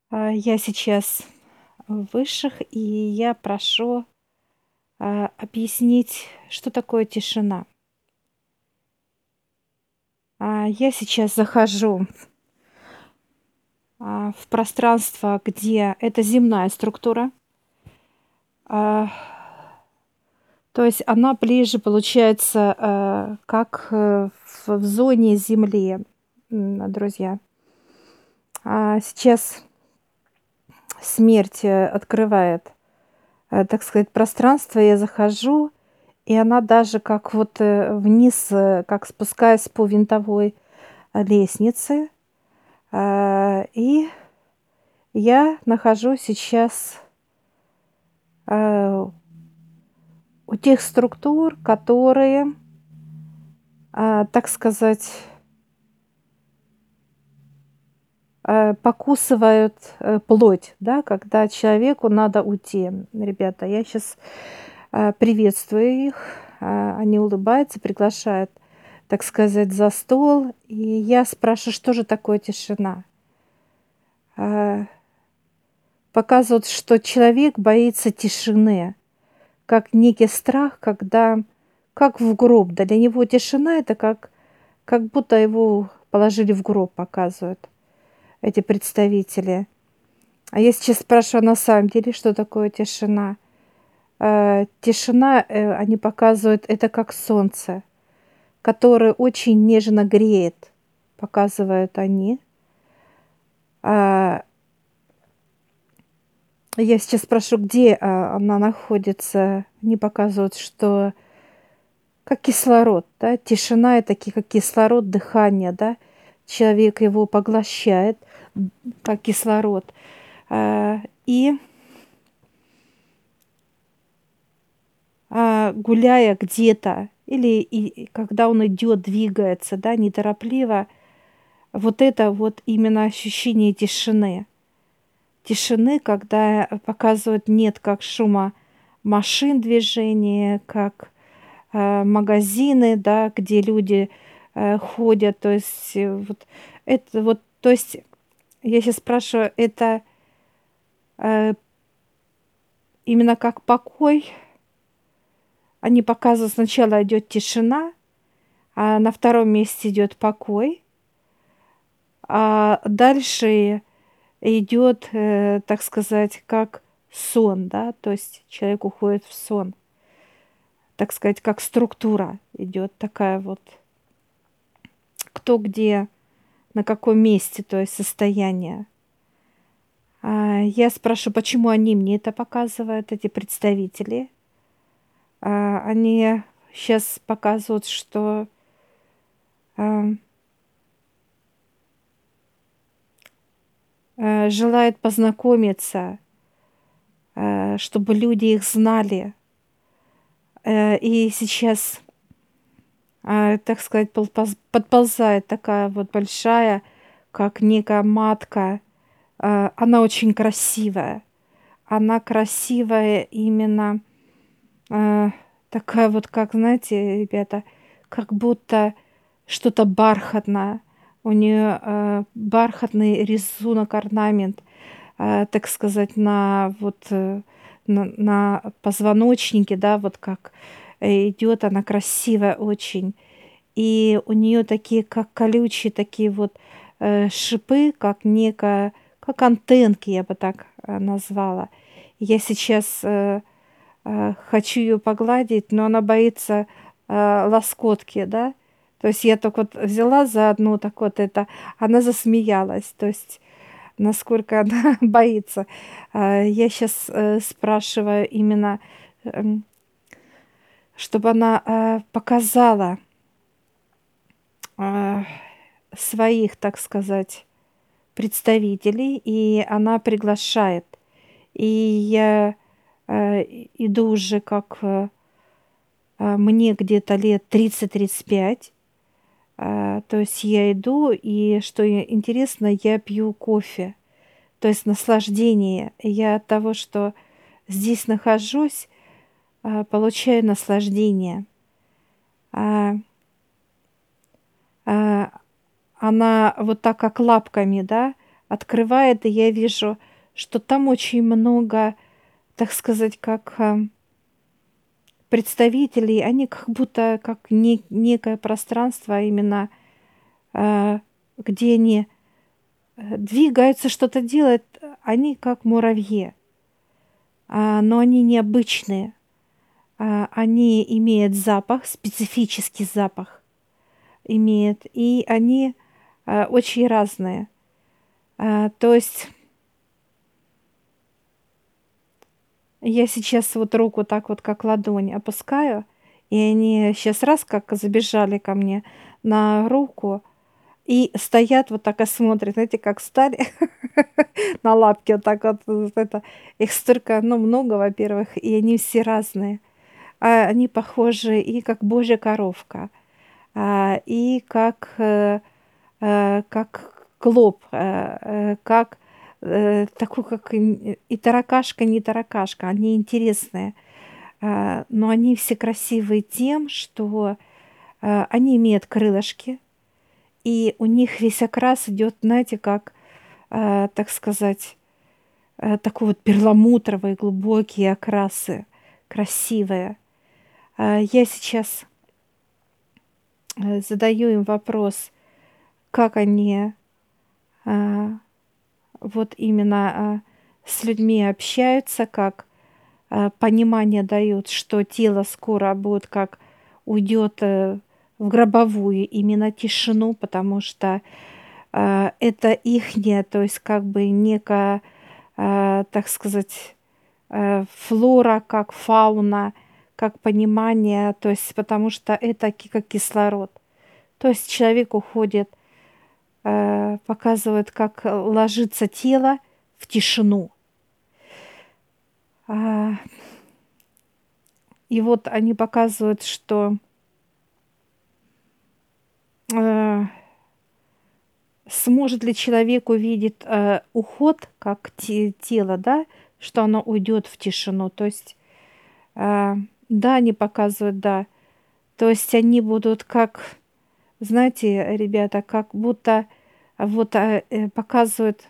Я сейчас в высших, и я прошу объяснить, что такое тишина. Я сейчас захожу в пространство, где это земная структура. а, То есть она ближе, получается, как в зоне Земли, друзья. Сейчас смерть открывает, так сказать, пространство. Я захожу, и она даже как вот вниз, как спускаясь по винтовой лестнице. И я нахожусь сейчас у тех структур, которые, так сказать, покусывают плоть, да, когда человеку надо уйти. Ребята, я сейчас приветствую их, они улыбаются, приглашают, так сказать, за стол. И я спрашиваю, что же такое тишина? А, Показывают, что человек боится тишины, как некий страх, когда, как в гроб. Да, для него тишина — это как будто его положили в гроб, показывают эти представители. А я сейчас спрашиваю на самом деле, что такое тишина. Тишина, они показывают, это как солнце, которое очень нежно греет, показывают они. А, я сейчас спрошу, где она находится. Они показывают, что как кислород, да, тишина — это как кислород, дыхание, да, человек его поглощает, как кислород. И гуляя где-то или когда он идет, двигается, да, неторопливо, вот это вот именно ощущение тишины. Тишины, когда показывают, нет как шума машин движения, как магазины, да, где люди ходят. То есть вот это вот, то есть я сейчас спрашиваю, это э, именно как покой. Они показывают, сначала идет тишина, а на втором месте идет покой, а дальше идет, так сказать, как сон, да, то есть человек уходит в сон, так сказать, как структура идет такая вот, кто где, на каком месте, то есть состояние. Я спрашиваю, почему они мне это показывают, эти представители. Они сейчас показывают, что а, желают познакомиться, чтобы люди их знали. И сейчас, так сказать, подползает такая вот большая, как некая матка. Она очень красивая. Она красивая именно такая вот, как, знаете, ребята, как будто что-то бархатное. У нее бархатный рисунок, орнамент, так сказать, на вот на позвоночнике, да, вот как идет, она красивая очень. И у нее такие, как колючие, такие вот шипы, как некая, как антенки, я бы так назвала. Я сейчас хочу ее погладить, но она боится лоскотки, да. То есть я только вот взяла за одну, так вот это, она засмеялась. То есть насколько она боится. Я сейчас спрашиваю именно, эм, чтобы она показала а, своих, так сказать, представителей, и она приглашает. И я иду уже как мне где-то лет 30-35. То есть я иду, и что интересно, я пью кофе. То есть наслаждение. Я от того, что здесь нахожусь, получаю наслаждение. А, а, Она вот так как лапками, да, открывает, и я вижу, что там очень много, так сказать, как представителей, они как будто как некое пространство именно, а, где они двигаются, что-то делают, они как муравьи, но они необычные. Они имеют запах, специфический запах имеют, и они очень разные. То есть я сейчас вот руку так вот, как ладонь, опускаю, и они сейчас раз как забежали ко мне на руку и стоят вот так и смотрят, знаете, как стали на лапки вот так вот это. Их столько, ну, много, во-первых, и они все разные. Они похожи и как божья коровка, и как клоп, как такой, как и таракашка, не таракашка. Они интересные, но они все красивые тем, что они имеют крылышки, и у них весь окрас идет, знаете, как, так сказать, такой вот перламутровые глубокие окрасы, красивые. Я сейчас задаю им вопрос, как они а, вот именно с людьми общаются, как понимание дают, что тело скоро будет как уйдет в гробовую именно тишину, потому что это ихняя, то есть как бы некая, так сказать, флора, как фауна, как понимание, то есть потому что это как кислород. То есть человек уходит, показывает, как ложится тело в тишину. А, И вот они показывают, что э, сможет ли человек увидеть уход как тело, да, что оно уйдет в тишину. То есть, э, да, они показывают, да. То есть они будут как, знаете, ребята, как будто вот показывают,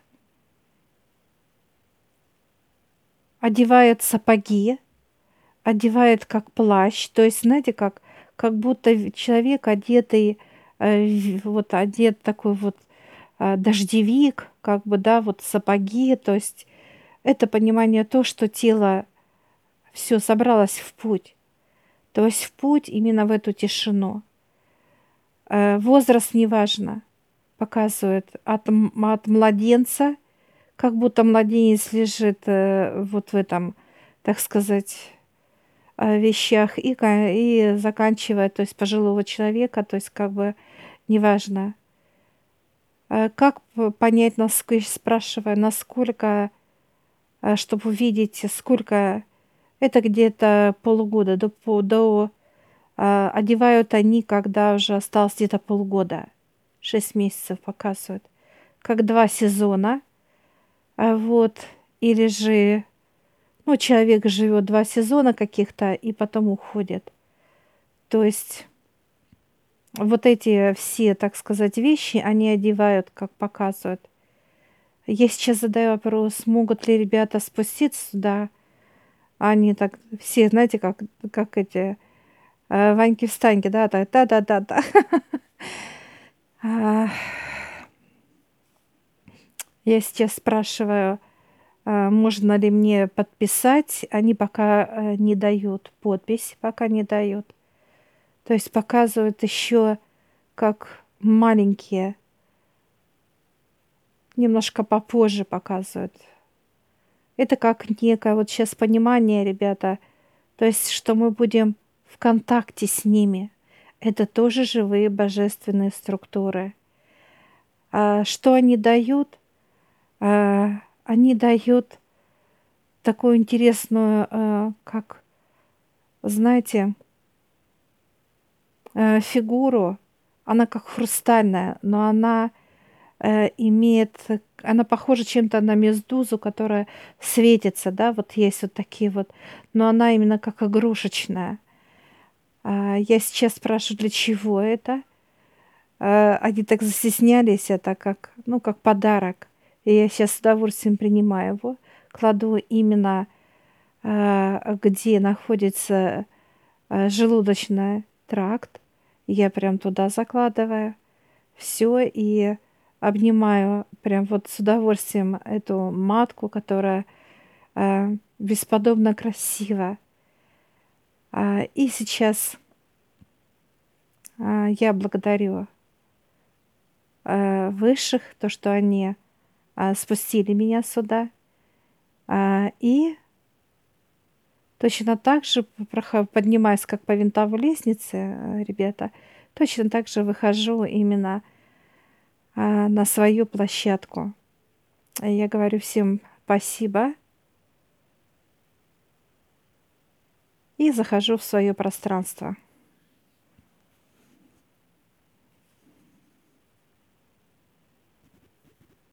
одевают сапоги, одевают как плащ. То есть, знаете, как будто человек одетый, вот одет такой вот дождевик, как бы, да, вот сапоги. То есть это понимание то, что тело все собралось в путь. То есть в путь именно в эту тишину. Возраст неважно, показывает от младенца, как будто младенец лежит вот в этом, так сказать, вещах и заканчивая, то есть пожилого человека, то есть как бы неважно. Как понять, насколько, спрашиваю, насколько, чтобы увидеть, сколько это где-то полгода одевают они, когда уже осталось где-то полгода, 6 месяцев показывают, как 2 сезона, вот, или же, ну, человек живет 2 сезона каких-то и потом уходит. То есть вот эти все, так сказать, вещи, они одевают, как показывают. Я сейчас задаю вопрос, могут ли ребята спуститься сюда. Они так все, знаете, как эти Ваньки-встаньки, да, так, да-да-да-да. А, Я сейчас спрашиваю, можно ли мне подписать. Они пока не дают подпись, пока не дают. То есть показывают еще как маленькие, немножко попозже показывают. Это как некое вот сейчас понимание, ребята, то есть, что мы будем в контакте с ними. Это тоже живые божественные структуры. Что они дают? Они дают такую интересную, как, знаете, фигуру. Она как хрустальная, но она она похожа чем-то на медузу, которая светится, да, вот есть вот такие вот, но она именно как игрушечная. Я сейчас спрашиваю, для чего это? Они так застеснялись, это как, ну, как подарок. И я сейчас с удовольствием принимаю его, кладу именно где находится желудочный тракт. Я прям туда закладываю все и обнимаю прям вот с удовольствием эту матку, которая бесподобно красива. И сейчас я благодарю высших, то, что они спустили меня сюда. И точно так же поднимаюсь, как по винтовой лестнице, ребята, точно так же выхожу именно на свою площадку. Я говорю всем спасибо и захожу в свое пространство.